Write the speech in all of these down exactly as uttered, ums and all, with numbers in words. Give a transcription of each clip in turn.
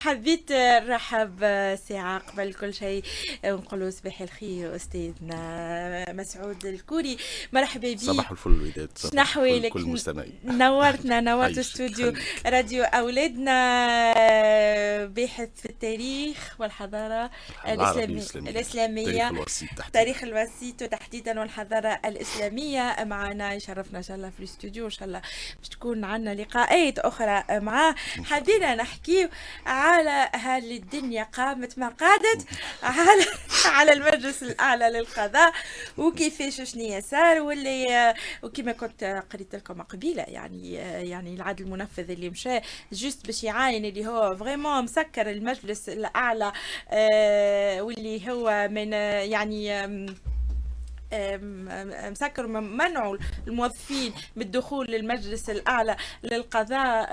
حبيت نرحب ساعة قبل كل شيء ونقولوا صباح الخير أستاذنا مسعود الكوري. مرحبا بك. صباح الفل الوداد. صباح الفل كل المستمعين. نورتنا نورت استوديو راديو أولادنا، باحث في التاريخ والحضارة الإسلامية الإسلامية تاريخ الوسيط وتحديدا والحضارة الإسلامية. معنا يشرفنا إن شاء الله في الاستوديو، إن شاء الله باش تكون عنا لقاءات أخرى معاه. حبينا نحكي على هذه الدنيا قامت ما قادت على على المجلس الأعلى للقضاء وكيفاش شنيا صار، واللي وكما كنت قريت لكم قبيلة يعني يعني العدل المنفذ اللي مشى جوست باش يعاين اللي هو فريمون مسكر المجلس الأعلى، واللي هو من يعني مسكر منعوا الموظفين من الدخول للمجلس الأعلى للقضاء.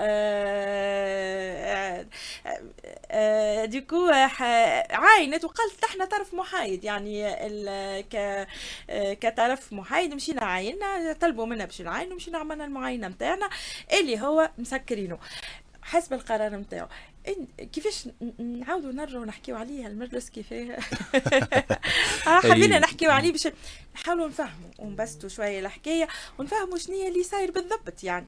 ديكو عاينت وقالت احنا طرف محايد، يعني كطرف محايد مشينا عاينا، طلبوا منا باش نعاينوا، مشينا عملنا المعاينة متاعنا اللي هو مسكرينه حسب القرار متاعو. كيفاش نعاودوا نرجعوا نحكيوا عليه المجلس كيفاه حبينا نحكيوا عليه باش نحاولوا نفهموا ونبسطوا شويه الحكايه ونفهموا شنو اللي صاير بالضبط. يعني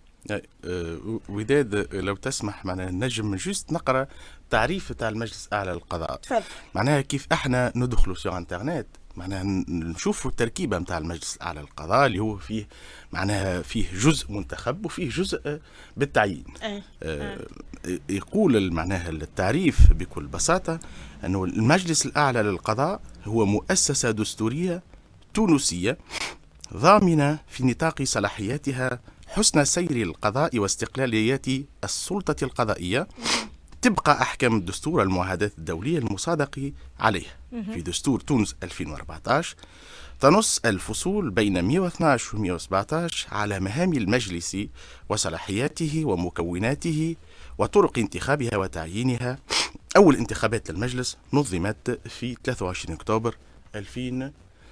أه وداد لو تسمح معنا نجم جوست نقرا تعريف تاع المجلس الاعلى للقضاء. تفضل. معناها كيف احنا ندخلوا سوغ انترنت معناها نشوفوا التركيبه نتاع المجلس الاعلى للقضاء اللي هو فيه معناها فيه جزء منتخب وفيه جزء بالتعيين. أه. أه. يقول معناها التعريف بكل بساطه انه المجلس الاعلى للقضاء هو مؤسسه دستوريه تونسيه ضامنه في نطاق صلاحياتها حسن سير القضاء واستقلالية السلطة القضائية تبقى أحكام الدستور والمعاهدات الدولية المصادق عليه. في دستور تونس ألفين وأربعة عشر تنص الفصول بين مئة واثني عشر و مئة وسبعة عشر على مهام المجلس وصلاحياته ومكوناته وطرق انتخابها وتعيينها. أول انتخابات للمجلس نظمت في ثلاثة وعشرين أكتوبر ألفين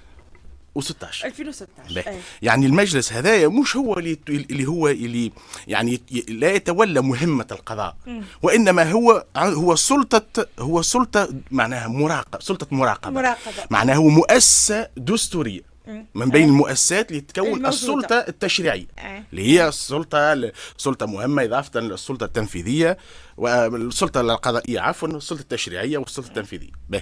وستة عشر. ألفين وستة عشر. أي. يعني المجلس هذايا مش هو اللي اللي هو اللي يعني لا يتولى مهمة القضاء، م. وإنما هو هو سلطة هو سلطة معناها مراقبة، سلطة مراقبة. مراقبة. معناها هو مؤسسة دستورية من بين أي. المؤسسات اللي تكون الموجودة. السلطة التشريعية أي. اللي هي السلطة سلطة مهمة إضافة للسلطة التنفيذية والسلطة القضائية عفوا السلطة التشريعية والسلطة التنفيذية. به.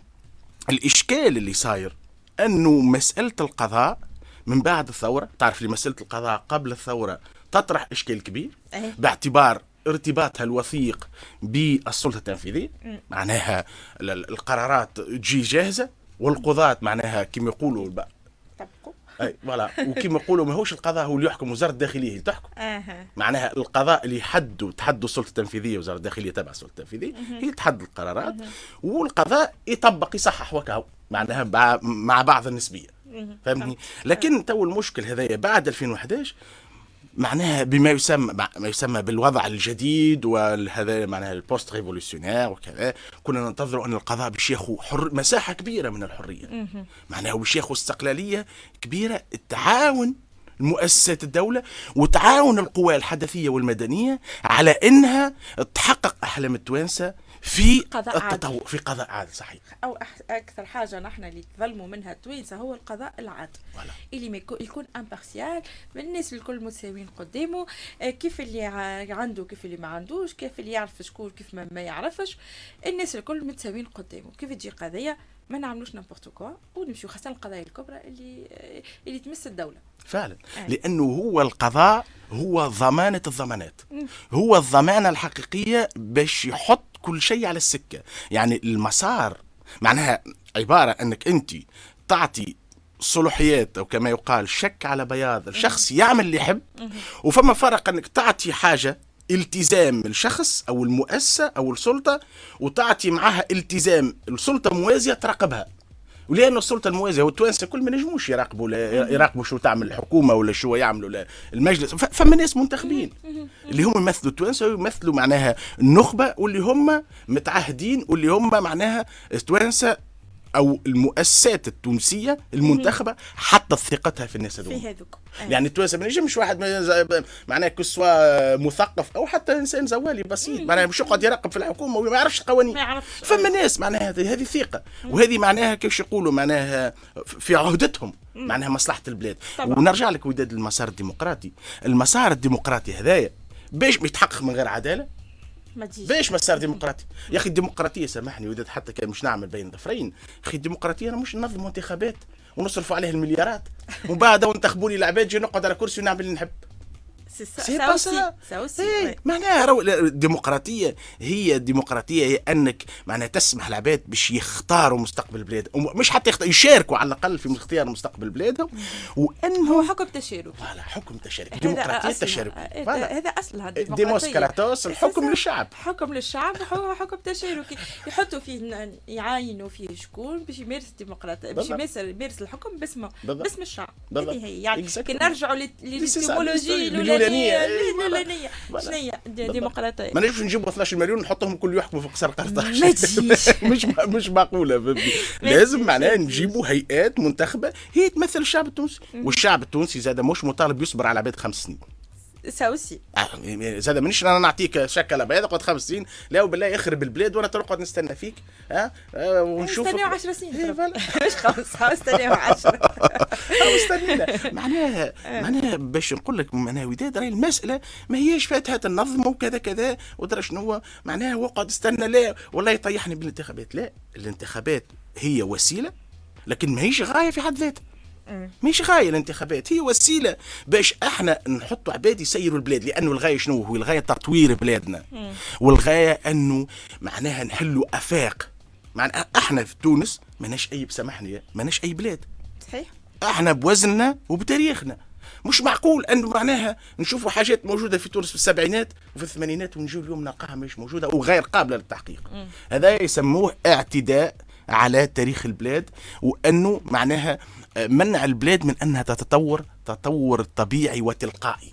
الإشكال اللي صاير أنه مسألة القضاء من بعد الثورة، تعرف لي مسألة القضاء قبل الثورة تطرح إشكال كبير أه. باعتبار ارتباطها الوثيق بالسلطة التنفيذية. معناها القرارات تجي جاهزة والقضاة معناها كما يقولوا طبقوا اي فوالا وكما يقولوا ماهوش القضاء هو اللي يحكم، وزارة الداخلية هي تحكم. أه. معناها القضاء اللي يحدوا تحدوا السلطة التنفيذية، وزارة الداخلية تبع السلطة التنفيذية أه. هي تحدد القرارات أه. والقضاء يطبق يصحح وكاو معناها مع بعض النسبية. فهمتني؟ لكن تو المشكل هذايا بعد ألفين وأحد عشر معناها بما يسمى ما يسمى بالوضع الجديد وهذا معناها البوست ريفولوشنير وكذا، كنا ننتظر ان القضاء باش ياخذ حر مساحه كبيره من الحريه، معناها باش ياخذ استقلاليه كبيره، التعاون مؤسسات الدوله وتعاون القوى الحدثيه والمدنيه على انها تحقق احلام التوانسه في التطور في قضاء عادل. صحيح. او اكثر حاجه نحن اللي تظلموا منها التوانسه هو القضاء العادل اللي ما يكون امبارسيال، من الناس الكل متساويين قدامه، كيف اللي عنده كيف اللي ما عندوش، كيف اللي يعرف شكون كيف ما, ما يعرفش، الناس الكل متساويين قدامه. كيف تجي قضيه ما نعملوش نمبورتو كوا ونمشيو خاصه القضايا الكبرى اللي اللي تمس الدوله فعلا. آه. لانه هو القضاء هو ضمانه الضمانات، م. هو الضمانه الحقيقيه باش يحط كل شيء على السكه. يعني المسار معناها عباره انك انت تعطي صلاحيات او كما يقال شك على بياض الشخص يعمل اللي يحب، وفما فرق انك تعطي حاجه التزام الشخص او المؤسسه او السلطه وتعطي معها التزام السلطه موازيه تراقبها. ولأنه السلطة الموازية والتوانسة كل ما نجموش يراقبوا يراقبوا شو تعمل الحكومة ولا شو يعملوا المجلس، فما ناس منتخبين اللي هم يمثلوا التوانسة ويمثلوا معناها النخبة واللي هم متعهدين واللي هم معناها التوانسة او المؤسسات التونسيه المنتخبه حطت ثقتها في الناس هذوك. في هذوك يعني التوانسه ما ينجمش واحد معناها كسوا مثقف او حتى انسان زوالي بسيط معناها مش يقعد يراقب في الحكومه وما يعرفش القوانين. فما ناس معناها هذه ثقه، وهذه معناها كيفاش يقولوا معناها في عهدتهم معناها مصلحه البلاد. طبعا. ونرجع لك وداد المسار الديمقراطي، المسار الديمقراطي هذايا باش يتحقق من غير عداله باش مسار ديمقراطي. يا اخي الديمقراطيه سامحني وداد حتى كان مش نعمل بين ظفرين، اخي الديمقراطيه انا مش ننظموا انتخابات ونصرفوا عليه المليارات ومن بعد ونتخبوا لي العباد جي نقعد على كرسي ونعمل اللي نحب. سي با سا ايه معناها الديمقراطيه هي الديمقراطيه هي انك معناها تسمح العباد باش يختاروا مستقبل البلاد، مش حتى يشاركوا على الاقل في اختيار مستقبل بلادهم، وانه هو حكم تشارك. فوالا حكم تشارك، ديمقراطيه التشارك، هذا اصلها الديمقراطيه. ديموسكراتوس الحكم للشعب، حكم للشعب هو حكم تشاركي، يحطوا فيه يعاينوا فيه شكون باش يمارس الديمقراطيه باش يمارس يمارس الحكم باسمه باسم الشعب. هذه هي يعني كي نرجعوا للتيمولوجي الأولانية الأولانية شنو هي الديمقراطية؟ ما نجمش نجيبوا اثناش مليون ونحطهم كل يحكموا في قصر قرطاج. ما تجيش مش مش معقولة. لازم معناها نجيبوا هيئات منتخبة هي تمثل الشعب التونسي، والشعب التونسي زاد مش مطالب يصبر على عباد خمس سنين. ساوسي آه زاد منيش انا نعطيك شكل بيض اقعد خمس سنين لا وبالله يخرب البلاد وانا تقعد نستنى فيك ها آه ونشوف نستناو عشر سنين مش خمس نستناو عشرة استنينا معناها معناها باش نقول لك معناها وداد راهي المساله ما هيش فاتها تنظم وكذا كذا ودرا شنو معناها وقعد استنى لا والله يطيحني بالانتخابات. لا الانتخابات هي وسيله لكن ما هيش غايه في حد ذاتها. مش غاية الانتخابات، هي وسيلة باش احنا نحطوا عباد يسيروا البلاد، لأنه الغاية شنو هو؟ الغاية تطوير بلادنا، والغاية أنه معناها نحلوا أفاق. معناها احنا في تونس ماناش أي بسامحني ماناش أي بلاد. صحيح. احنا بوزننا وبتاريخنا. مش معقول أنه معناها نشوفوا حاجات موجودة في تونس في السبعينات وفي الثمانينات ونجيو اليوم نلقاها مش موجودة وغير قابلة للتحقيق. هذا يسموه اعتداء على تاريخ البلاد، وأنه معناها منع البلاد من أنها تتطور تطور طبيعي وتلقائي.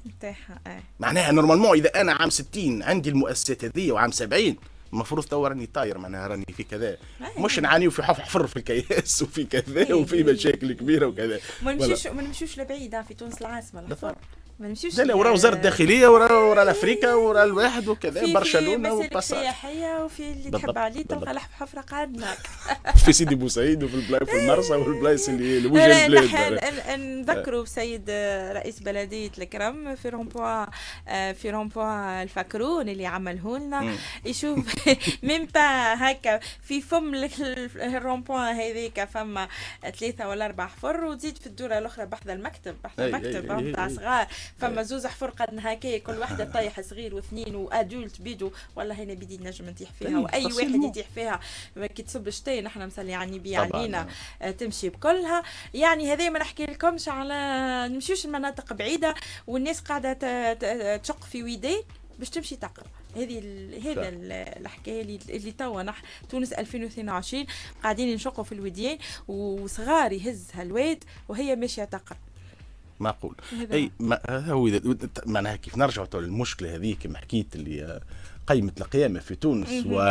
معناها نورمالمون إذا أنا عام ستين عندي المؤسسات هذه وعام سبعين المفروض تو راني طاير معناها راني في كذا مش نعاني وفي حفر في الكياس وفي كذا وفي مشاكل كبيرة وكذا. ما نمشيوش ما نمشيوش لبعيد في تونس العاصمة الحفر ما نمشيوش. لا لا ورا وزارة الداخلية ورا ورا أفريقيا ورا الواحد وكذا برشلونة وباساج. في سياحية وفي اللي تحب عليه تلقى لحم حفرة قادناك. في سيدي بوسعيد وفي البلاي في المرسى والبلايص اللي اللي وجه البلاد. نذكروا بسيد رئيس بلدية الكرم في رومبوا في رومبوا الفاكرون اللي عمله لنا يشوف من با هكا في فم الرومبوا هذيك فما ثلاثة ولا أربع حفر وتزيد في الدورة الأخرى بحذا المكتب بحذا المكتب بتاع صغار فما زوز حفر قدنا هكا كل واحدة طايح صغير واثنين وادولت بيدو والله هنا بدي نجم نطيح فيها واي واحد يطيح فيها كي تصب شتي نحن مسلي يعني بي علينا تمشي بكلها. يعني هذا ما نحكي لكمش على نمشيوش المناطق بعيدة والناس قاعدة تشق في ويدين باش تمشي تقرا. هذه هذا الحكايه اللي اللي توا نح تونس ألفين واثنين وعشرين قاعدين نشقوا في الوديين وصغار يهز هالواد وهي ماشيه تقرا. معقول. اي هذا هو معناها كيف نرجعوا للمشكله هذه كما حكيت اللي قيمه القيامه في تونس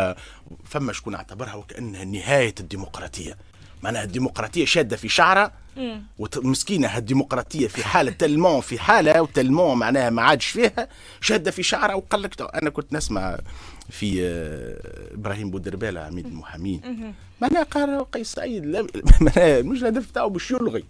وفما شكون اعتبرها وكانها نهايه الديمقراطيه. معناها الديمقراطيه شاده في شعرها ومسكينه هالديمقراطيه في حاله تلمون في حاله وتلمون معناها ما عادش فيها شاده في شعرها. وقال لك انا كنت نسمع في ابراهيم بودربالة عميد المحامين معناها قال قيس سعيد معناها مش الهدف تاعو باش يلغي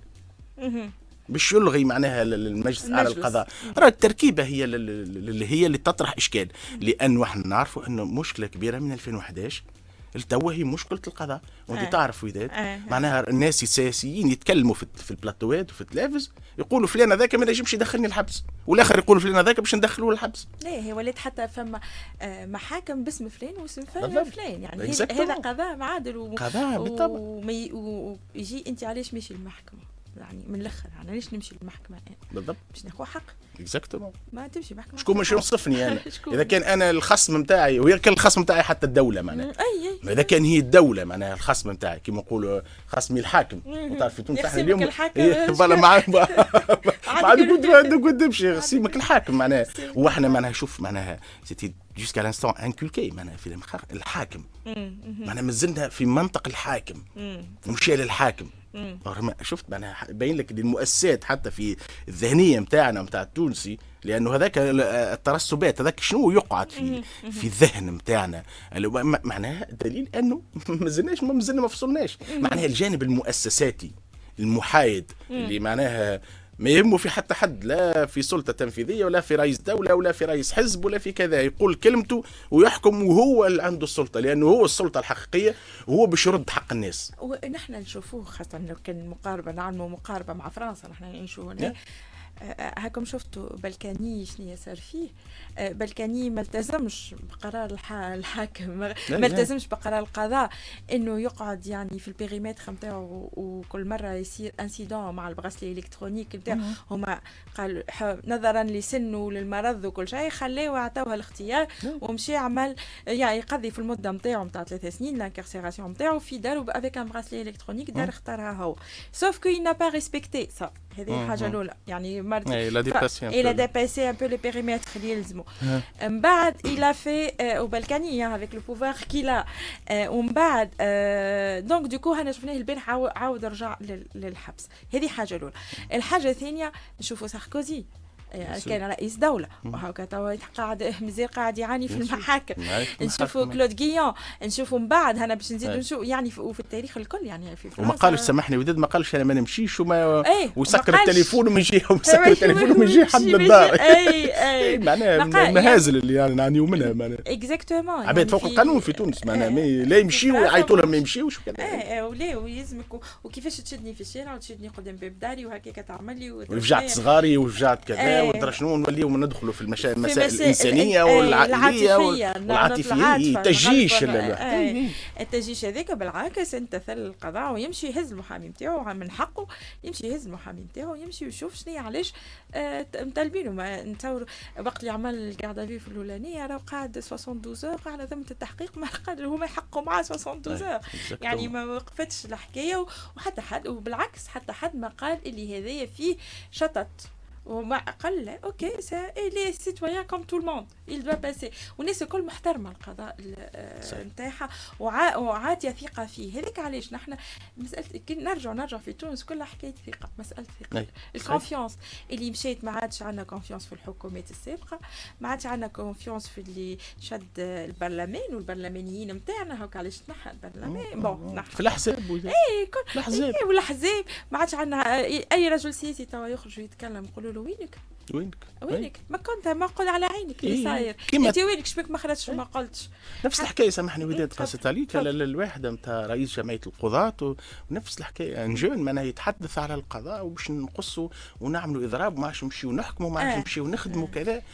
باش يلغي معناها المجلس على القضاء. راه التركيبه هي اللي هي اللي تطرح اشكال لانه احنا نعرفوا انه مشكله كبيره من ألفين وإحداش التوا هي مشكله القضاء. وانت آه. تعرف وداد آه. معناها الناس السياسيين يتكلموا في في البلاتوات وفي التلفز يقولوا فلان هذاك ما نجمش يدخلني الحبس والاخر يقول فلان هذاك باش ندخلوه الحبس. لا هي ولات حتى فما محاكم باسم فلان واسم فلان يعني هذا قضاء معادل و... قضاء بالطبع ويجي انت علاش ماشي المحكمه يعني من الاخر انا ليش نمشي للمحكمه يعني بالضبط باش ناخذ حق اكزاكتومون ما تمشي محكمه شكون مش يوصفني انا اذا كان انا الخصم نتاعي وهي كان الخصم نتاعي حتى الدوله معناها اي اي اذا كان هي الدوله معناها الخصم نتاعي كيما نقولوا خصمي الحاكم وتعرف في تونس احنا اليوم فوالا مع بعد قد قد تمشي سيمك الحاكم معناها. واحنا معناها شوف معناها سيتي جوسكا لانستون انكولكي معناها في الحاكم معناها مازلنا في منطق الحاكم نمشي للحاكم. شفت معناها باين لك المؤسسات حتى في الذهنيه نتاعنا نتاع التونسي، لانه هذاك الترسبات هذاك شنو يقعد في في الذهن نتاعنا معناها دليل انه ما زلناش ما زلنا ما فصلناش معناها الجانب المؤسساتي المحايد اللي معناها ما يهمه في حتى حد، لا في سلطة تنفيذية ولا في رئيس دولة ولا في رئيس حزب ولا في كذا، يقول كلمته ويحكم وهو اللي عنده السلطة، لأنه هو السلطة الحقيقية وهو باش يرد حق الناس. ونحن نشوفوه خاصة لو كان مقاربة نعملوا مقاربة مع فرنسا نحن نعيشوا هنا. هاكم شفتوا بلكاني شنو صار فيه؟ بلكاني ما التزمش بقرار الحاكم، ما التزمش بقرار القضاء انه يقعد يعني في البيريمتر نتاعو وكل مره يصير انسيدون مع البغسلي الكترونيك نتاعو. هما قال نظرا لسنه وللمرض وكل شيء خلاه عطاوها الاختيار ومشي عمل يعني يقضي في المده نتاعو نتاع ثلاث سنين لانكارسيراسيون نتاعو في دارو افيك ان بغسلي الكترونيك دار اختارها هو سوف كو il n'a pas respecté ça. هذه الحاجه الاولى يعني مرت il a dépassé un peu le périmètre اللي يلزمو. من بعد il a fait وبلكاني avec le pouvoir qu'il a ومن بعد دونك دوكو هنا شفناه البارح عاود رجع للحبس. هذه حاجه الاولى. الحاجه الثانيه نشوفوا ساركوزي كان رئيس دولة وهكا توا قاعد مازال قاعد يعاني في المحاكم. نشوفوا كلود غيون، نشوفوا من بعد هنا باش نزيدوا نشوف يعني وفي التاريخ الكل يعني في فرنسا. وما قالش سامحني وداد ما قالش انا ما نمشيش وما وسكر التليفون ومن جهه وسكر التليفون ومن جهه حد الدار. اي اي معناها المهازل اللي يعني نعنيو منها معناها اكزاكتومون عباد فوق القانون في تونس معناها لا يمشيوا يعيطوا لهم ما يمشيوش وكذا. اي ولا ويلزمك وكيفاش تشدني في الشارع وتشدني قدام باب داري وهكاك تعمل لي ورجعت صغاري ورجعت كذا ودرا شنو نوليو ندخلوا في المسائل الانسانيه والعقليه والعاطفيه تجيش التجيش هذاك. بالعكس انت ثل القضاء ويمشي يهز المحامي نتاعو من حقه يمشي يهز المحامي نتاعو يمشي ويشوف شنو علاش مطالبينه. ما نتصور وقت اللي عمل القعده في الاولانيه راه قاعد اثنين وستين ساعه على ذمه التحقيق ما قادر هما يحققوا معاه اثنين وستين ساعه يعني ما وقفتش الحكايه وحتى حد وبالعكس حتى حد ما قال اللي هذايا فيه شطط وما قال لا اوكي سا لي سيتويان كوم تو الموند il doit passer. والناس الكل محترمه القضاء نتاعها وعاتيه ثقه فيه. هذيك علاش نحن مساله كي نرجع نرجع في تونس كلها حكايه ثقه مساله ثقه الكونفيونس اللي مشيت. ما عادش عندنا كونفيونس في الحكومات السابقه، ما عادش عندنا كونفيونس في اللي شد البرلمان والبرلمانيين نتاعنا. هاك علاش تنحى البرلمان بون في الاحزاب اي الاحزاب اي والاحزاب ما عادش عندنا اي رجل سياسي توا يخرج يتكلم يقولوا له وينك وينك وينك ما كنت ما قل على عينك اللي صاير انت وينك شبك ما خرجتش وما قلتش. نفس الحكايه سامحني وداد قصت عليك الواحد نتاع رئيس جمعيه القضاة ونفس الحكايه نجون معناها يتحدث على القضاء وباش نقصوا ونعملوا اضراب وما عادش نمشيو نحكموا ما عادش نمشيو نخدموا كذا.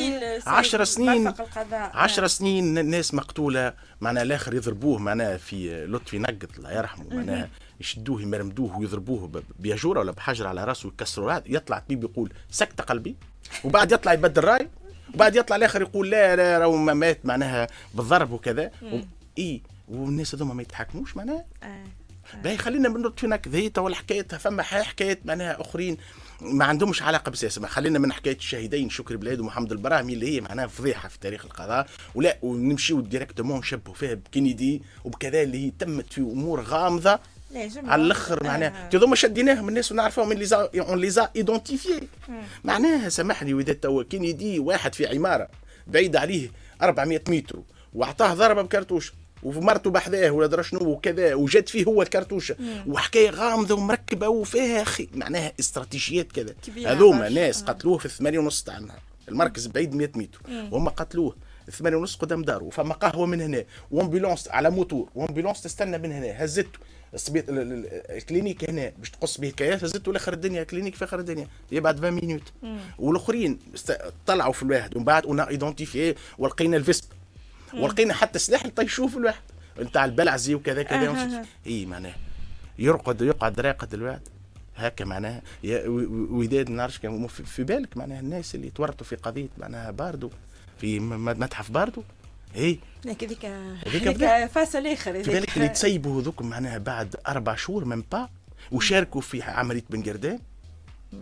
عشر سنين عشر سنين الناس مقتوله معناها الاخر يضربوه معناها في لطفي نقط الله يرحمه معناها يشدوه يمرمدوه ويضربوه بياجوره ولا بحجر على راسه ويكسروا. هذا يطلع طبيب يقول سكت قلبي وبعد يطلع يبدل راي وبعد يطلع الاخر يقول لا لا راهو ما مات معناها بالضرب وكذا و... اي والناس هذوما ما يتحاكموش معناها. باهي خلينا من في نكذه تو الحكايه فما حكايات معناها اخرين ما عندهمش علاقه بالسياسه. خلينا من حكايه الشهيدين شكري بلاد ومحمد البراهمي اللي هي معناها فضيحه في تاريخ القضاء ولا ونمشيو ديريكتومون نشبهوا فيها بكينيدي وبكذا اللي هي تمت في امور غامضه على الاخر معناها كذا ما شديناهم الناس ونعرفوهم اللي زا اون لي زا ايدونتيفيي معناها سامحني واذا تو كينيدي واحد في عماره بعيد عليه أربعمائة متر واعطاه ضربه بكرتوش ومرته بحذاه ولا درا شنو وكذا وجد فيه هو الكرتوشه وحكايه غامضه ومركبه وفيها خي معناها استراتيجيات كذا. هذوما ناس قتلوه في الثمانية ونص تاع النهار المركز بعيد مئة متر وهم قتلوه الثمانية ونص قدام داره وفما قهوه من هنا وامبولانس على موتور وامبولانس تستنى من هنا هزته السبيط الكلينيك هنا باش تقص به كياس هزته لاخر الدنيا كلينيك في اخر الدنيا يبعد عشرين مينوت والاخرين طلعوا في الواحد ومن بعد اون ايدونتيفي ولقينا الفيسب ولقينا حتى سلاح طيشوه في الواحد نتاع البلعزي وكذا كذا آه اي معناها يرقد يقعد راقد الواحد هكا معناها وداد نعرفش كان في بالك معناها الناس اللي تورطوا في قضيه معناها باردو في متحف باردو اي هذيك هذيك فاصل اخر في بالك اللي تسيبوا هذوك معناها بعد اربع شهور من با وشاركوا في عمليه بن قردان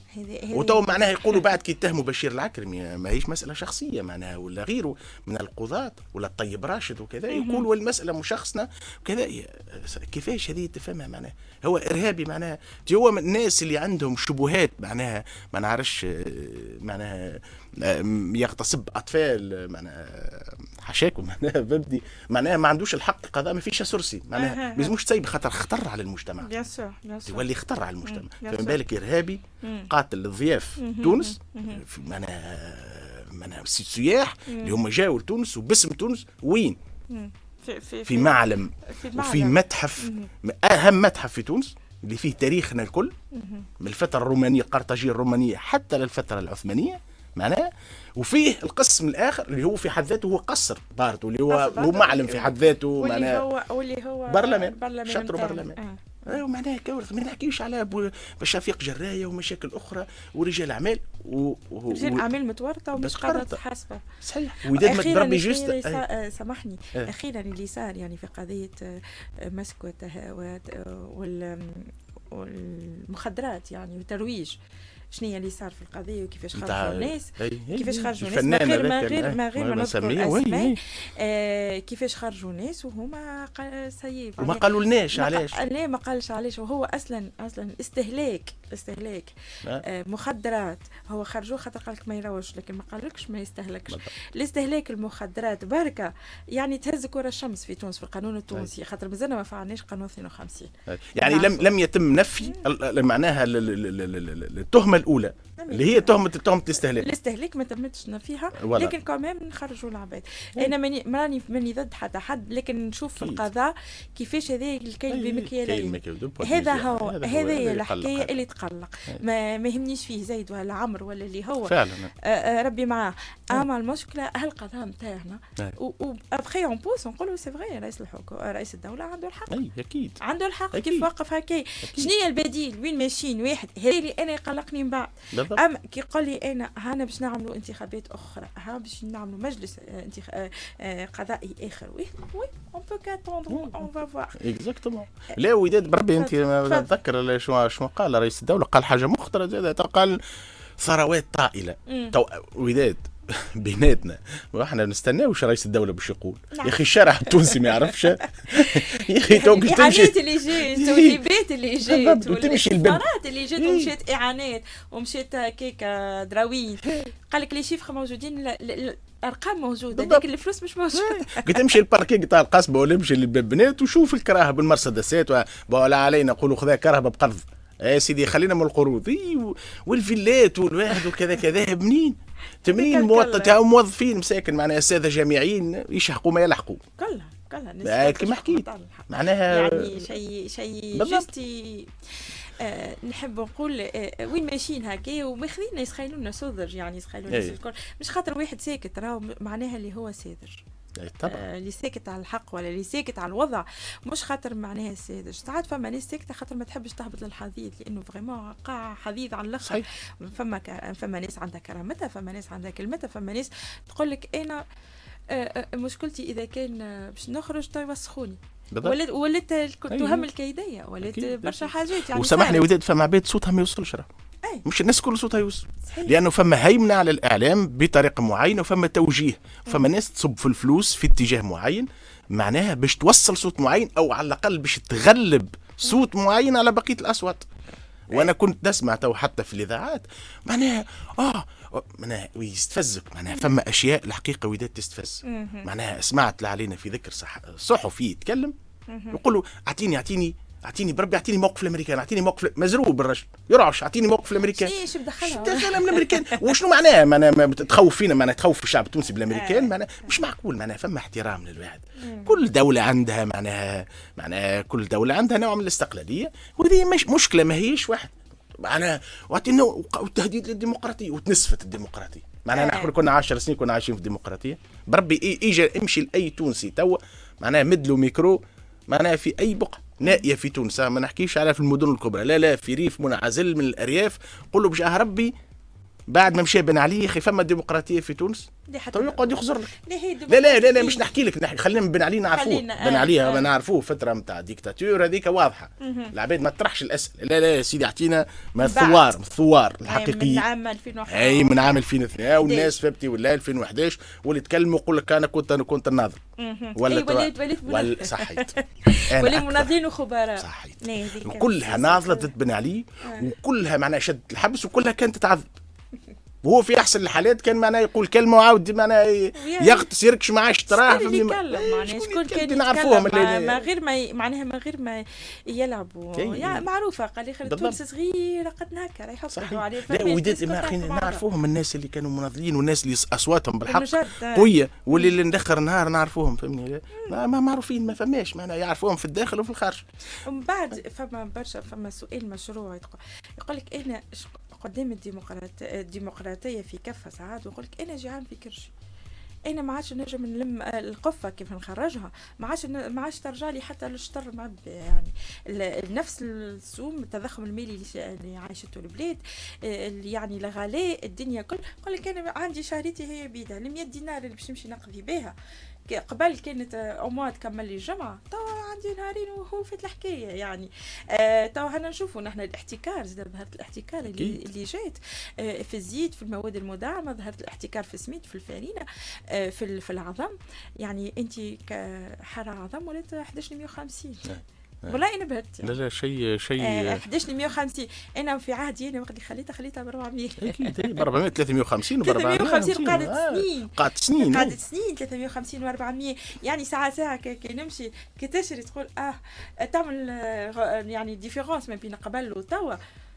وتو معناها يقولوا بعد كي يتهموا بشير العكرمي ما هيش مسألة شخصية معناها ولا غيره من القضاة ولا الطيب راشد وكذا يقولوا المسألة مشخصنا وكذا. كيفاش هذه تفهمها معناها هو إرهابي معناها هو من الناس اللي عندهم شبهات معناها ما نعرفش معناها يغتصب أطفال معناها حشاكم معناها ببدي معناها ما عندوش الحق قضاء ما فيش سرسي معناها لازموش تسيب خاطر خطر على المجتمع بيان سور بيان سور يولي خطر على المجتمع. فما بالك إرهابي قاتل الضياف تونس معناها معناها سياح اللي هم جاوا لتونس وباسم تونس وين في, في, في معلم وفي متحف أهم متحف في تونس اللي فيه تاريخنا الكل من الفترة الرومانية قرطاجية الرومانية حتى للفترة العثمانية معناه. وفيه القسم الآخر اللي هو في حد ذاته هو قصر بارتو اللي هو هو معلم في حد ذاته معناه هو واللي هو برلمان شطر برلمان آه. معناها كورث ما نحكيش على بشفيق جرايه ومشاكل اخرى ورجال اعمال و... و... رجال اعمال متورطه ومش قادره تحاسبه صحيح. وداد ما تضربي جوست آه. سامحني آه. اخيرا اللي صار يعني في قضيه مسك وال... والمخدرات يعني وترويج شنو اللي صار في القضيه وكيفاش خرجوا الناس كيفاش خرجوا الناس ما غير ما غير ما غير ما نذكر اسماء آه كيفاش خرجوا الناس وهما سيب وما قالوا لناش علاش لا ما قالش علاش وهو اصلا اصلا استهلاك استهلاك آه مخدرات هو خرجوه خاطر قال لك ما يروجش لكن ما قالكش ما يستهلكش. الاستهلاك المخدرات بركه يعني تهز كره الشمس في تونس في القانون التونسي خاطر مازلنا ما فعلناش قانون اثنين وخمسين يعني لم لم يتم نفي معناها التهمه الاولى اللي هي تهمه تهمه الاستهلاك الاستهلاك ما تمتش فيها لكن كمان نخرجوا العباد. انا ماني ماني ماني ضد حتى حد لكن نشوف في القضاء كيفاش هذا الكيل بمكيالين هذا هو هذا هي الحكايه اللي تقلق ما, ما يهمنيش فيه زيد ولا عمر ولا اللي هو فعلا آه ربي معاه. اما المشكله هالقضاء نتاعنا وابخي اون بوس نقولوا سي فغي رئيس الحكومه رئيس الدوله عنده الحق اي اكيد عنده الحق كيف وقف هكا شنو هي البديل وين ماشيين واحد هذا اللي انا يقلقني من بعد. اما كي يقول لي انا هانا باش نعملوا انتخابات اخرى ها باش نعملوا مجلس انتخ... قضائي اخر وي وي اون بو كاتوندر اون فا فوار اكزاكتومون. لا وداد بربي انت نتذكر شنو شنو قال رئيس الدوله قال حاجه مخطره زاد قال ثروات طائله تو وداد بيناتنا واحنا نستناوش رئيس الدوله باش يقول يا اخي الشارع التونسي ما يعرفش يا اخي تو تمشي الاعانات اللي جات والهبات اللي جات والسفارات اللي جات ومشات اعانات ومشات هكاك دراوين قال لك لي شيفر موجودين الارقام موجوده لكن الفلوس مش موجوده. قلت امشي الباركينغ تاع القصبه ولا امشي للبنات وشوف الكراهه بالمرسيدسات ولا علينا نقولوا خذا كرهبه بقرض يا سيدي خلينا من القروض والفيلات والواحد وكذا كذا منين ثمانين موظف موظفين مساكن معناها اساتذه جامعيين يشحقوا ما يلحقوا كلها كلها كما حكيت معناها يعني شيء شيء جستي آه نحب نقول آه وين ماشيين هكا وماخذين يسخيلونا سذج يعني يسخيلونا الكل مش خاطر واحد ساكت راهو معناها اللي هو ساذج طبعا آه اللي ساكت على الحق ولا اللي ساكت على الوضع مش خاطر معناها ساذج. ساعات فما ناس ساكته خاطر ما تحبش تهبط للحديد لانه فريمون قاع حديد على الاخر. فما ك... فما ناس عندها كرامتها فما ناس عندها كلمتها فما ناس تقول لك انا آه مشكلتي اذا كان باش نخرج تو يوسخوني ولات ولات تهم الكيديه ولات برشا حاجات يعني وسامحني وداد فما عباد صوتها ما يوصلش راه مش الناس كل صوتها يوصل لانه فما هيمنه على الاعلام بطريقه معينه وفما توجيه فما ناس تصب في الفلوس في اتجاه معين معناها باش توصل صوت معين او على الاقل باش تغلب صوت معين على بقيه الاصوات. وانا كنت نسمع تو حتى في الاذاعات معناها اه معناها يستفزك معناها فما اشياء الحقيقه ودات تستفز معناها سمعت علينا في ذكر صح صحفي يتكلم يقول له اعطيني اعطيني اعطيني بربي اعطيني موقف الامريكان اعطيني موقف مزروب الرجل يرعش اعطيني موقف الامريكان ايش بدخلها دخلها من الامريكان وشنو معناها معناها تخوف فينا معناها تخوف الشعب التونسي بالامريكان معناها مش معقول معناها فما احترام للواحد. كل دوله عندها معناها معناها كل دوله عندها نوع من الاستقلاليه وهذه مش مشكله ما هيش واحد معناها واعطينا والتهديد للديمقراطيه وتنسفت الديمقراطيه معناها نحن كنا عشر سنين كنا عايشين في الديمقراطيه بربي اجى امشي لاي تونسي توا معناها مدلو ميكرو معناها في اي بقعه نائيه في تونس ما نحكيش على في المدن الكبرى لا لا في ريف منعزل من الارياف قول له بجاه ربي بعد ما مشى بن علي اخي فما ديمقراطيه في تونس تو يقعد يخزر لك. لا لا لا لا مش نحكي لك نحكي خلينا بن علي نعرفوه. بن علي آه. نعرفوه فتره نتاع ديكتاتور هذيك واضحه. العباد ما تطرحش الاسئله. لا لا يا سيدي اعطينا ما الثوار الثوار الحقيقيين من عام ألفين وواحد اي من عام ألفين واثنين والناس فهمتي ولا ألفين وأحد عشر واللي تكلموا يقول لك انا كنت انا كنت الناظر ولا وليت وليت ولا صحيت ولا مناضلين وخبراء صحيت كلها ناضله ضد بن علي وكلها معناها شد الحبس وكلها كانت تتعذب. وهو في احسن الحالات كان معناه يقول كلمه وعاود معناه يغطس يركش معاه اشتراح شكون يتكلم معناه شكون كان نعرفوهم ما غير ما معناها ما غير ما يلعبوا يعني معروفه قال لي تونس صغيره قد هكا راح يحطوا عليه. لا وديت نعرفوهم الناس اللي كانوا مناضلين والناس اللي اصواتهم بالحق قويه واللي اللي ندخر نهار نعرفوهم فهمني ما معروفين ما فماش معناه يعرفوهم في الداخل وفي الخارج. ومن بعد فما برشا فما سؤال مشروع يقول لك انا قدام الديمقراطية الديمقراطية في كافة ساعات ويقول لك أنا جيعان في كرشي أنا ما عادش نجم نلم القفة كيف نخرجها ما عادش ما عادش ترجع لي حتى للشطر معبى يعني نفس السوم التضخم المالي اللي عايشته البلاد يعني الغلاء الدنيا كل يقول لك أنا عندي شهريتي هي بيدها المية دينار اللي باش نمشي نقضي بها قبل كانت أموات تكمل لي الجمعة تو عندي نهارين وهو في الحكاية يعني آه تو هنا نشوفوا نحن الاحتكار زاد ظهرت الاحتكار اللي, اللي جات آه في الزيت في المواد المدعمة ظهرت الاحتكار في السميد في الفارينة آه في في العظم يعني أنت كحارة عظم ولات أحد عشر مية وخمسين والله انا بهت لا لا شيء شيء أحد عشر مية وخمسين انا في عهدي انا وقت اللي خليتها خليتها ب أربعمية اكيد ب أربعمية ثلاثمية وخمسين و أربعمية ثلاثمية وخمسين قعدت سنين قعدت سنين قعدت سنين ثلاثمية وخمسين و أربعمية يعني ساعه ساعه كي نمشي كي تشري تقول اه تعمل يعني ديفيرونس ما بين قبل وتوا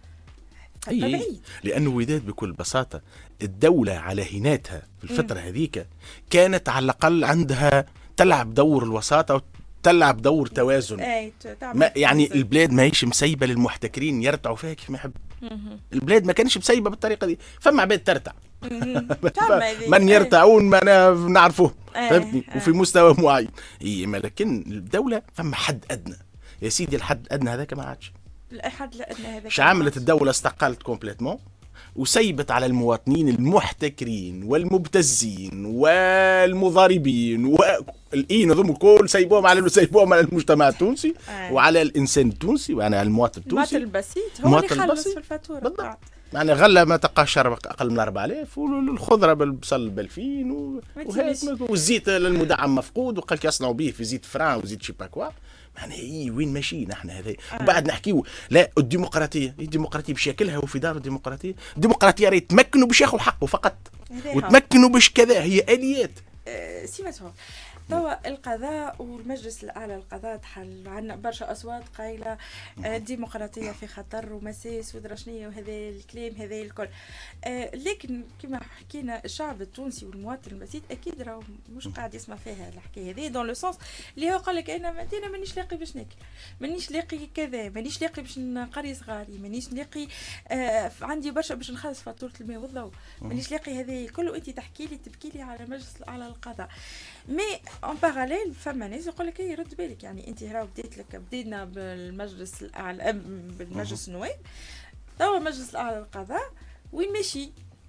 أي لأنه وداد بكل بساطة الدولة على هيناتها في الفترة هذيك كانت على الأقل عندها تلعب دور الوساطة تلعب دور توازن ما يعني توازن. البلاد ما هيش مسيبه للمحتكرين يرتعوا فيها كيف ما يحب البلاد ما كانش مسيبه بالطريقه دي فما عباد ترتع من يرتعون ما نعرفوه فهمتني وفي مستوى معين اي لكن الدوله فما حد ادنى يا سيدي الحد الادنى هذاك ما عادش الحد الادنى هذاك ايش عملت الدوله استقلت كومبليتمون وسيبت على المواطنين المحتكرين والمبتزين والمضاربين والإين ضم الكل سيبوهم على سيبوهم على المجتمع التونسي آه. وعلى الإنسان التونسي وعلى المواطن التونسي المواطن البسيط هو اللي يخلص في الفاتورة بالضبط يعني غلة ما تلقاش أقل من أربعة آلاف والخضرة بالبصل بألفين و... والزيت المدعم مفقود وقال يصنعوا به في زيت فران وزيت شي باكوا معناها ايه وين ماشيين احنا هذا آه. وبعد نحكيو لا الديمقراطيه الديمقراطيه بشكلها وفي دار الديمقراطيه الديمقراطيه راهي يتمكنوا باش ياخذوا حقه فقط وتمكنوا باش كذا هي اليات أه سيمتهم توا القضاء والمجلس الاعلى للقضاء تحل عندنا برشا اصوات قايله الديمقراطيه في خطر ومساس ودرشنيه وهذا الكلام هذا الكل آه لكن كما حكينا الشعب التونسي والمواطن البسيط اكيد راهو مش قاعد يسمع فيها الحكايه هذه دون لو سونس اللي هو قال لك انا انا مانيش لاقي باش ناكل مانيش لاقي كذا مانيش لاقي باش نقري صغاري مانيش لاقي آه عندي برشا باش نخلص فاتوره الماء والضوء مانيش لاقي هذا الكل وانت تحكي لي تبكي لي على المجلس الاعلى للقضاء مي ان باراليل فما ناس يقول لك اي رد بالك يعني انت راهو بديت لك بدينا بالمجلس الاعلى بالمجلس النواب توا المجلس الاعلى للقضاء وين ماشي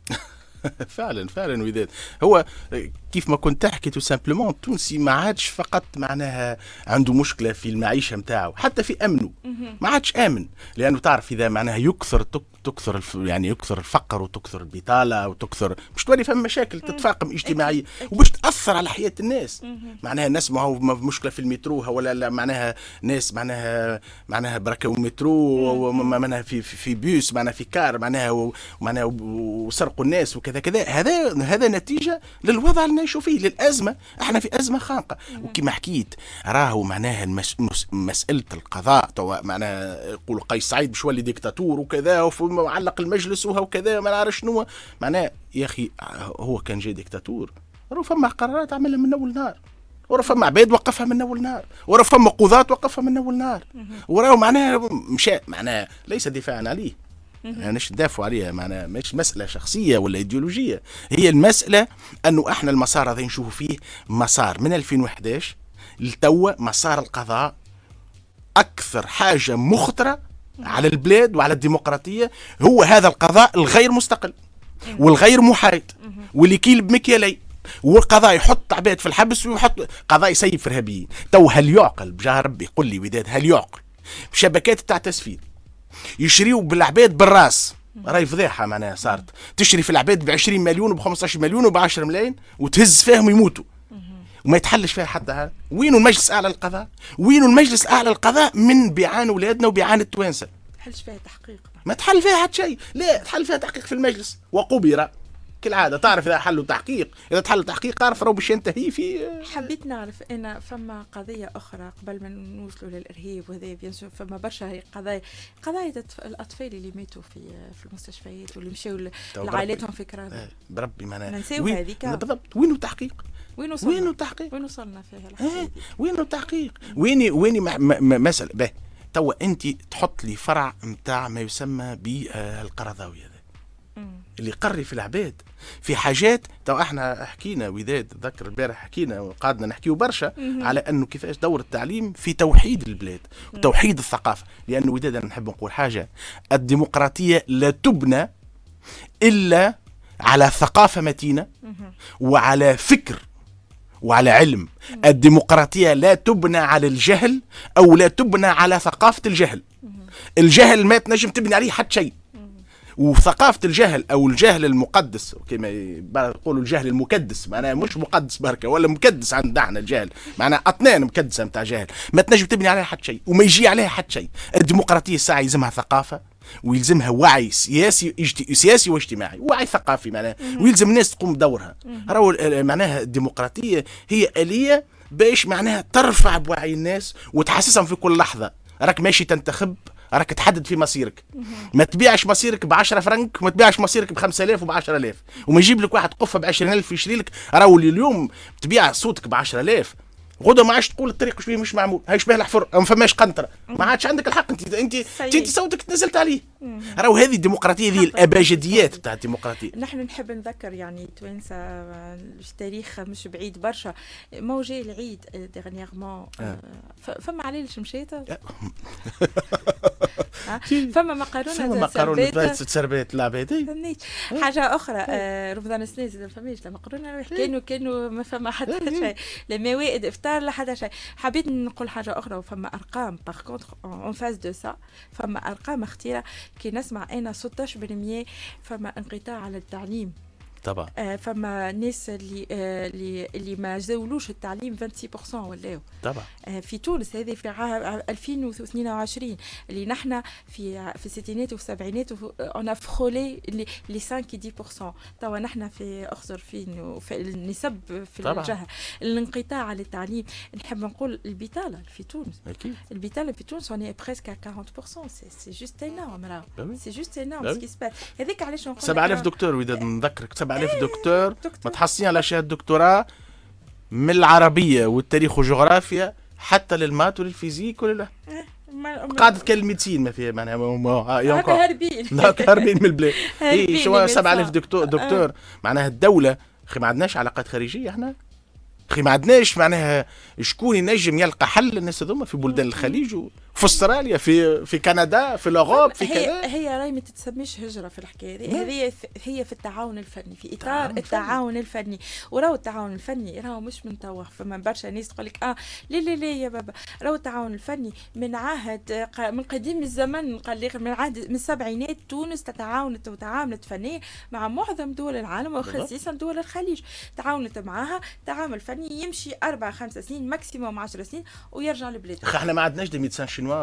فعلا فعلا وداد هو كيف ما كنت تحكي تو سامبلومون التونسي ما عادش فقط معناها عنده مشكله في المعيشه نتاعو حتى في امنه ما عادش امن لانه تعرف اذا معناها يكثر تكثر يعني يكثر الفقر وتكثر البطاله وتكثر مش تولي فهم مشاكل تتفاقم اجتماعيه وباش تاثر على حياه الناس معناها الناس ما هو مشكله في المترو ولا لا معناها ناس معناها معناها بركه المترو معناها في في بيوس معناها في كار معناها معناها وسرقوا الناس وكذا كذا هذا هذا نتيجه للوضع اللي نعيشوا فيه للازمه احنا في ازمه خانقه وكما حكيت راهو معناها المس... مساله القضاء توا معناها يقول قيس سعيد باش يولي ديكتاتور وكذا ومعلق المجلس وكذا ما نعرف شنو معناه يا اخي هو كان جاي ديكتاتور راه فما قرارات عملها من اول نهار وراه فما عباد وقفها من اول نهار وراه فما قضاة وقفها من اول نهار وراه معناها مشى معناها ليس دفاعا عليه يعني مش ندافعوا عليها معناها مش مسألة شخصية ولا إيديولوجية هي المسألة أنه إحنا المسار هذا نشوفوا فيه مسار من ألفين وأحد عشر لتوا مسار القضاء أكثر حاجة مخطرة على البلاد وعلى الديمقراطية هو هذا القضاء الغير مستقل والغير محايد واللي كيل بمكيالين، والقضاء يحط عباد في الحبس ويحط قضاء يسيب في الارهابيين. تو هل يعقل بجاه ربي قل لي وداد هل يعقل شبكات تاع تسفير يشريوا بالعباد بالراس؟ راهي فضيحه معناها صارت، تشري في العباد ب عشرين مليون وب خمسطاش مليون وب عشرة ملايين وتهز فيهم يموتوا وما يتحلش فيها حتى هذا. وينو المجلس الاعلى للقضاء؟ وينو المجلس الاعلى للقضاء من بيعان اولادنا وبيعان التوانسه؟ ما تحلش فيها تحقيق، ما تحل فيها حتى شيء، لا تحل فيها تحقيق في المجلس وقبر كالعاده. تعرف اذا حلوا تحقيق، اذا تحل تحقيق تعرف راهو باش ينتهي في. حبيت نعرف ان فما قضيه اخرى قبل ما نوصلوا للارهاب وهذا بيان سور، فما برشا قضايا قضايا الاطفال اللي ماتوا في في المستشفيات واللي مشاو لعائلاتهم في كرامه. بربي معناها ننساو هذيك بالضبط. وينو التحقيق؟ وين وصلنا؟ وين التحقيق؟ وين وصلنا فيها الحكايه؟ وين التحقيق؟ وين وين مسألة به توا انت تحط لي فرع نتاع ما يسمى بالقرضاوي هذا اللي يقري في العباد في حاجات. تو احنا حكينا وداد تذكر البارح حكينا وقعدنا نحكيو برشا على انه كيفاش دور التعليم في توحيد البلاد وتوحيد الثقافه. لانه وداد انا نحب نقول حاجه، الديمقراطيه لا تبنى الا على ثقافه متينه وعلى فكر وعلى علم. الديمقراطيه لا تبنى على الجهل او لا تبنى على ثقافه الجهل. الجهل ما تنجم تبني عليه حتى شيء، وثقافة الجهل أو الجهل المقدس كما يقولوا الجهل المكدس، معناها مش مقدس بركة ولا مكدس عندنا الجهل، معناها أطنان مكدسة متاع جهل ما تنجم تبني عليها حتى شيء وما يجي عليها حتى شيء. الديمقراطية الساعة يلزمها ثقافة ويلزمها وعي سياسي اجت... سياسي واجتماعي، وعي ثقافي معناها، ويلزم الناس تقوم بدورها. راهو معناها الديمقراطية هي آلية باش معناها ترفع بوعي الناس وتحسسهم في كل لحظة راك ماشي تنتخب، راك تحدد في مصيرك. ما تبيعش مصيرك ب عشرة فرنك وما تبيعش مصيرك ب خمسة آلاف وب عشرة آلاف، وما يجيب لك واحد قفه ب عشرين ألف يشري لك. راهو اليوم تبيع صوتك ب عشرة آلاف غدا ما عادش تقول الطريق شبيه مش معمول، هاي شبيه الحفر ما فماش قنطره، ما عادش عندك الحق. انت انت انت صوتك تنزلت عليه. راهو هذه الديمقراطيه، هذه الابجديات تاع الديمقراطيه. نحن نحب نذكر يعني توانسه التاريخ مش بعيد برشا، موجي العيد ديغنيغمون فما عليش مشيت فما مقارونه فما مقارونه تسربات العبادي حاجه اخرى. رمضان السنه زاد فماش لا مقارونه، كانوا كانوا ما فما حتى شيء، لا موائد افطار لا حتى شيء. حبيت نقول حاجه اخرى، وفما ارقام باغ كونتر اون فاز دو سا، فما ارقام خطيره كي نسمع انا ستة عشر بالمئة فما انقطاع على التعليم طبعا. آه فما ناس اللي آه اللي اللي ما زاولوش التعليم ستة وعشرين بالمئة ولاو طبعا آه في تونس. هذه في عام ألفين واثنين وعشرين اللي نحن في في الستينات والسبعينات اون فرولي لي خمسة عشرة بالمئة. توا نحن في اخزر فين في النسب في طبعا. الجهه الانقطاع على التعليم. نحب نقول البطاله في تونس اكيد البطاله في تونس اون بريسك أربعين بالمئة. سي سي جوست انورم راه سي جوست انورم سكي سباس. هذيك علاش نقول سبعة آلاف دكتور وداد نذكرك سبعة آلاف دكتور متحصلين على شهاده دكتوراه من العربيه والتاريخ والجغرافيا حتى للمات وللفيزيك ولل قاعدة كالميدسين ما فيها معناها هكا هاربين هكا هاربين من البلاد. اي شو سبعة آلاف دكتور دكتور معناها الدوله اخي ما عندناش علاقات خارجيه احنا اخي، ما عندناش معناها شكون ينجم يلقى حل للناس هذوما في بلدان الخليج وفي استراليا في في كندا في الاوروب في كذا. هي راهي ما تتسميش هجره في الحكايه هذه، هي في التعاون الفني في اطار التعاون الفني. وراهو التعاون الفني راهو مش من توا، فما برشا ناس تقول لك اه لا لا لا يا بابا، راهو التعاون الفني من عهد من قديم الزمن، قال لي من عهد من السبعينات تونس تتعاونت وتعاملت فنيا مع معظم دول العالم وخصيصا دول الخليج. تعاونت معاها تعامل فني يمشي أربع خمس سنين ماكسيموم عشر سنين ويرجع لبلاده. احنا ما عندناش دي ميدسان شينوا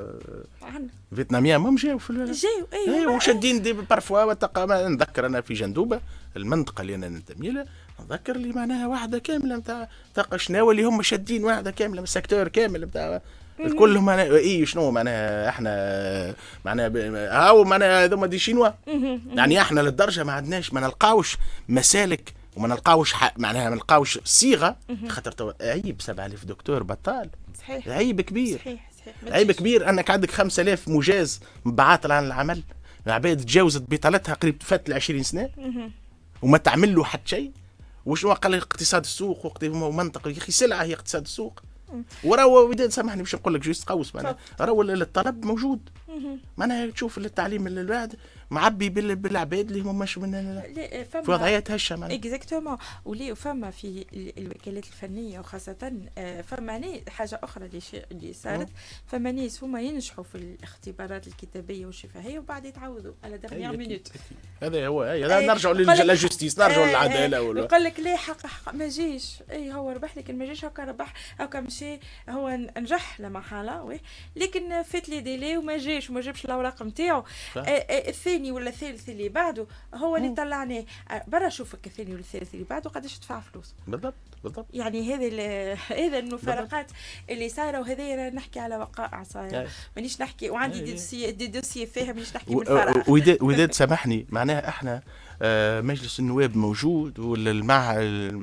فيتناميين ما جاوا في جاوا ايوه وشادين دي بارفوا وتقا. نذكر انا في جندوبه المنطقه اللي انا ننتمي لها، نذكر اللي معناها واحده كامله نتاع تاع شناوه اللي هم شادين واحده كامله من السيكتور كامل نتاع كلهم معناها اي شنو معناها احنا معناها هاو معناها هذوما دي شينوا. يعني احنا للدرجه ما عندناش ما نلقاوش مسالك وما نلقاوش معناها ما نلقاوش صيغه. خاطر عيب سبعة آلاف دكتور بطال، صحيح عيب كبير. صحيح صحيح عيب كبير انك عندك خمسة آلاف مجاز بعاطل عن العمل، العباد تجاوزت بطالتها قريب فات العشرين سنه وما تعمل له حتى شيء. وشنو قال اقتصاد السوق ومنطق يا اخي سلعه هي اقتصاد السوق. وراهو وداد سامحني باش نقول لك جوست قوس معناها راهو الطلب موجود. معناها تشوف التعليم الواحد معبي بالعباد اللي هما مش من في وضعيات هشه معناها اكزاكتومون. ولي فما في الوكالات الفنيه وخاصه فما حاجه اخرى اللي اللي صارت، فما ناس هما ينجحوا في الاختبارات الكتابيه والشفهيه وبعد يتعوضوا على دغنيير مينوت. هذا هو هذا نرجعوا للجستيس، نرجعوا للعداله. ولا يقول لك لا حق حق ما جيش، اي هو ربح لكن ما جيش، هكا ربح هكا مشي، هو نجح لما حاله وي، لكن فات لي ديلي وما جاش وما جابش الاوراق نتاعو. الثاني ولا الثالث اللي بعده هو اللي طلعناه برا. شوفك الثاني ولا الثالث اللي بعده قداش تدفع فلوس بالضبط بالضبط. يعني هذه هذا المفارقات اللي صايره، وهذا نحكي على وقائع صايره، مانيش نحكي وعندي دي دوسي دي دوسي فيها مانيش نحكي من الفرح. وداد سامحني معناها احنا مجلس النواب موجود والمع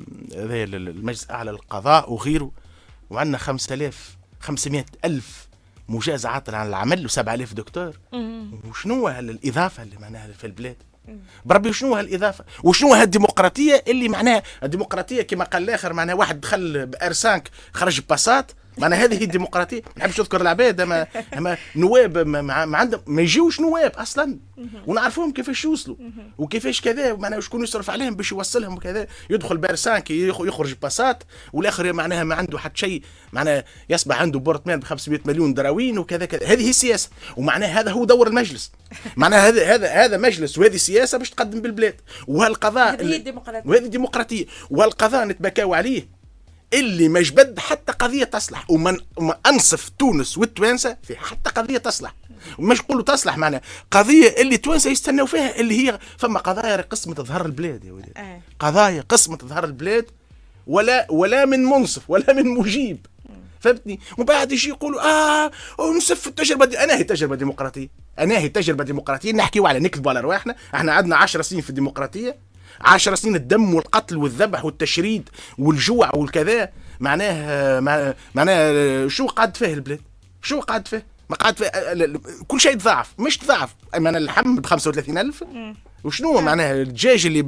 المجلس الاعلى للقضاء وغيره، وعندنا خمسة آلاف خمسمائة ألف مجاز عاطل عن العمل وسبعة آلاف دكتور. وشنو هالاضافه اللي معناها في البلاد؟ بربي وشنو هالاضافه؟ وشنو هالديمقراطيه اللي معناها الديمقراطيه كما قال الاخر معناها واحد دخل بار خمسة خرج باسات، معناها هذه هي الديمقراطيه. ما نحبش نذكر العباد اما اما نواب ما, ما عندهم ما يجيوش نواب اصلا، ونعرفوهم كيفاش يوصلوا وكيفاش كذا، معناها شكون يصرف عليهم باش يوصلهم وكذا. يدخل بار خمسة يخرج باسات، والاخر معناها ما عنده حتى شيء، معناها يصبح عنده بورتمان ب خمسمائة مليون دراوين وكذا كذا. هذه هي السياسه، ومعناها هذا هو دور المجلس. معناها هذا هذا هذا مجلس وهذه سياسه باش تقدم بالبلاد، وهالقضاء هذه الديمقراطيه وهذه الديمقراطيه، والقضاء نتبكاو عليه اللي ما جبد حتى قضيه تصلح. ومن انصف تونس والتوانسه في حتى قضيه تصلح، ومش نقولوا تصلح معناها قضيه اللي التوانسه يستناو فيها، اللي هي فما قضايا قسمه تظهر البلاد يا ولاد. آه. قضايا قسمه تظهر البلاد، ولا ولا من منصف ولا من مجيب، فهمتني؟ وبعد يجي يقولوا اه ونسف التجربه دي. انا هي تجربه ديمقراطيه، انا هي تجربه ديمقراطيه نحكيوا على نكذبوا على رواحنا. احنا عندنا عشر سنين في الديمقراطيه، عشر سنين الدم والقتل والذبح والتشريد والجوع والكذا. معناه معناه شو قعد فيه البلاد؟ شو قعد فيه؟ ما قعد فيه كل شيء تضاعف، مش تضاعف. انا اللحم ب خمسة وثلاثين ألف، وشنو معناها الدجاج اللي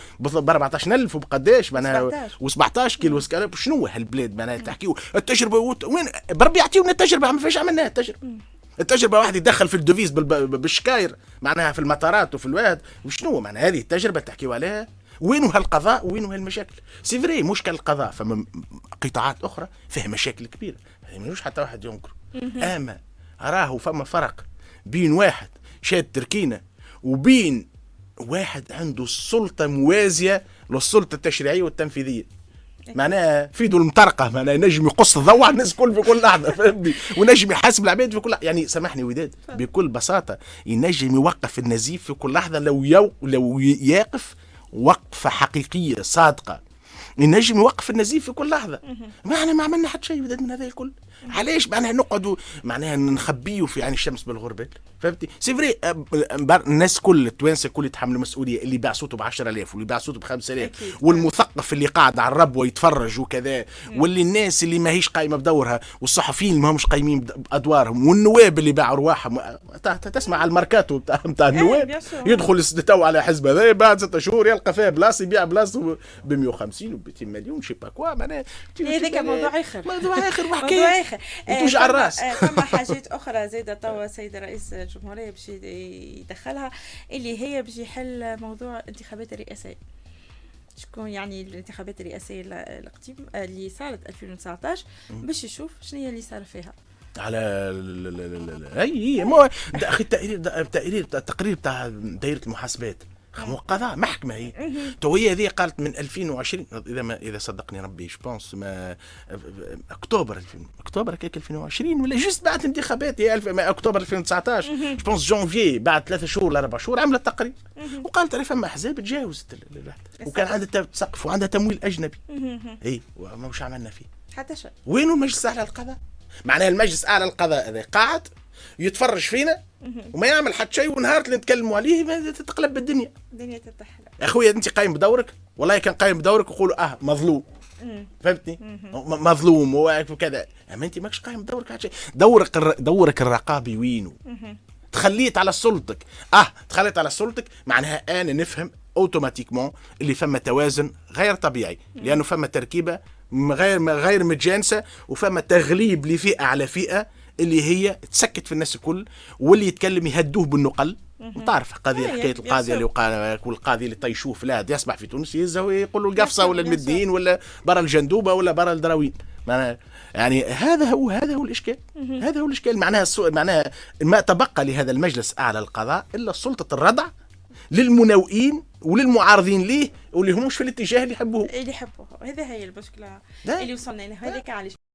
ب أربعة عشر ألف وبقداش معناها و17 كيلو سكالب. شنو هالبلاد معناها تحكيوا التجربه وين بربي يعطيونا التجربه؟ ما فيش عملناها التجربه. التجربه واحد يدخل في الدوفيز بالشكاير معناها في المطارات وفي الواحد. وشنو معناها هذه التجربه تحكيوا عليها؟ وينو هالقضاء وينو هالمشاكل؟ سي فري مشكل القضاء، فما قطاعات اخرى فيها مشاكل كبيره، مش حتى واحد ينكر. اما راهو فما فرق بين واحد شاد تركينه وبين واحد عنده السلطه موازيه للسلطه التشريعيه والتنفيذيه. معناها في دول المطرقه، معناها ينجم يقص الضوء على الناس الكل في كل لحظه، فهمني؟ ونجم يحاسب العباد في كل لحظة. يعني سامحني وداد بكل بساطه ينجم يوقف النزيف في كل لحظه لو يو لو يقف وقفه حقيقيه صادقه، ينجم يوقف النزيف في كل لحظه. ما احنا ما عملنا حتى شيء من هذا الكل. علاش معناها نقعدوا معناها نخبيوا في عين الشمس بالغربال؟ فهمتي؟ سي فري الناس كل التوانسه كل يتحملوا المسؤوليه، اللي باع صوته ب عشرة آلاف واللي باع صوته ب خمسة آلاف والمثقف اللي قاعد على الرب ويتفرج وكذا، واللي الناس اللي ماهيش قايمه بدورها، والصحفيين اللي ماهمش قايمين بادوارهم، والنواب اللي باعوا ارواحهم. تسمع على الماركاتو بتاع بتاع النواب، يدخل تو على حزب هذا بعد ستة شهور يلقى فيها بلاصه يبيع بلاصه ب مئة وخمسين و مئتين مليون شي با كوا. معناها هذاك موضوع اخر موضوع اخر وحكايه توجع الراس. فما حاجات اخرى زاده توا السيد رئيس الجمهوريه باش يدخلها، اللي هي باش يحل موضوع الانتخابات الرئاسيه. شكون يعني الانتخابات الرئاسيه القديم اللي صارت ألفين وتسعطاش، باش يشوف شنو هي اللي صار فيها على اي مو اخي التقرير التقرير التقرير بتاع دائره المحاسبات قضاء محكمه هي تو هي هذه قالت من ألفين وعشرين اذا ما اذا صدقني ربي جو بونس ما اكتوبر اكتوبر كيك ألفين وعشرين ولا جست بعد الانتخابات هي اكتوبر ألفين وتسعطاش جو بونس جانفي بعد ثلاثة شهور لاربع شهور عملت تقرير وقالت راه فما احزاب تجاوزت وكان عندها سقف وعندها تمويل اجنبي اي ومش عملنا فيه حتى شيء. وينو المجلس الاعلى للقضاء؟ معناها المجلس الاعلى للقضاء هذا قاعد يتفرج فينا وما يعمل حتى شيء، ونهار اللي نتكلموا عليه ما تتقلب بالدنيا. الدنيا تتحلى يا اخويا انت قايم بدورك، والله كان قايم بدورك ويقولوا اه مظلوم، فهمتني؟ مظلوم وكذا، اما انت ماكش قايم بدورك حتى شيء. دورك الر... دورك الرقابي وينه؟ تخليت على سلطتك، اه تخليت على سلطتك معناها انا نفهم اوتوماتيكمون اللي فما توازن غير طبيعي، لانه فما تركيبه غير غير متجانسه، وفما تغليب لفئه على فئه اللي هي تسكت في الناس الكل، واللي يتكلم يهدوه بالنقل تعرف قضيه حكايه القاضي اللي وقع والقاضي اللي طيشوه فلاد يصبح في تونس يهزه يقول له القفصه ولا المدين ولا برا الجندوبه ولا برا الدراوين. يعني هذا هو هذا هو الاشكال. هذا هو الاشكال. معناها معناها ما تبقى لهذا المجلس اعلى للقضاء الا سلطه الردع للمناوئين وللمعارضين ليه واللي همش في الاتجاه اللي يحبوه اللي يحبوه. هذا هي المشكله اللي وصلنا لها. هذيك علاش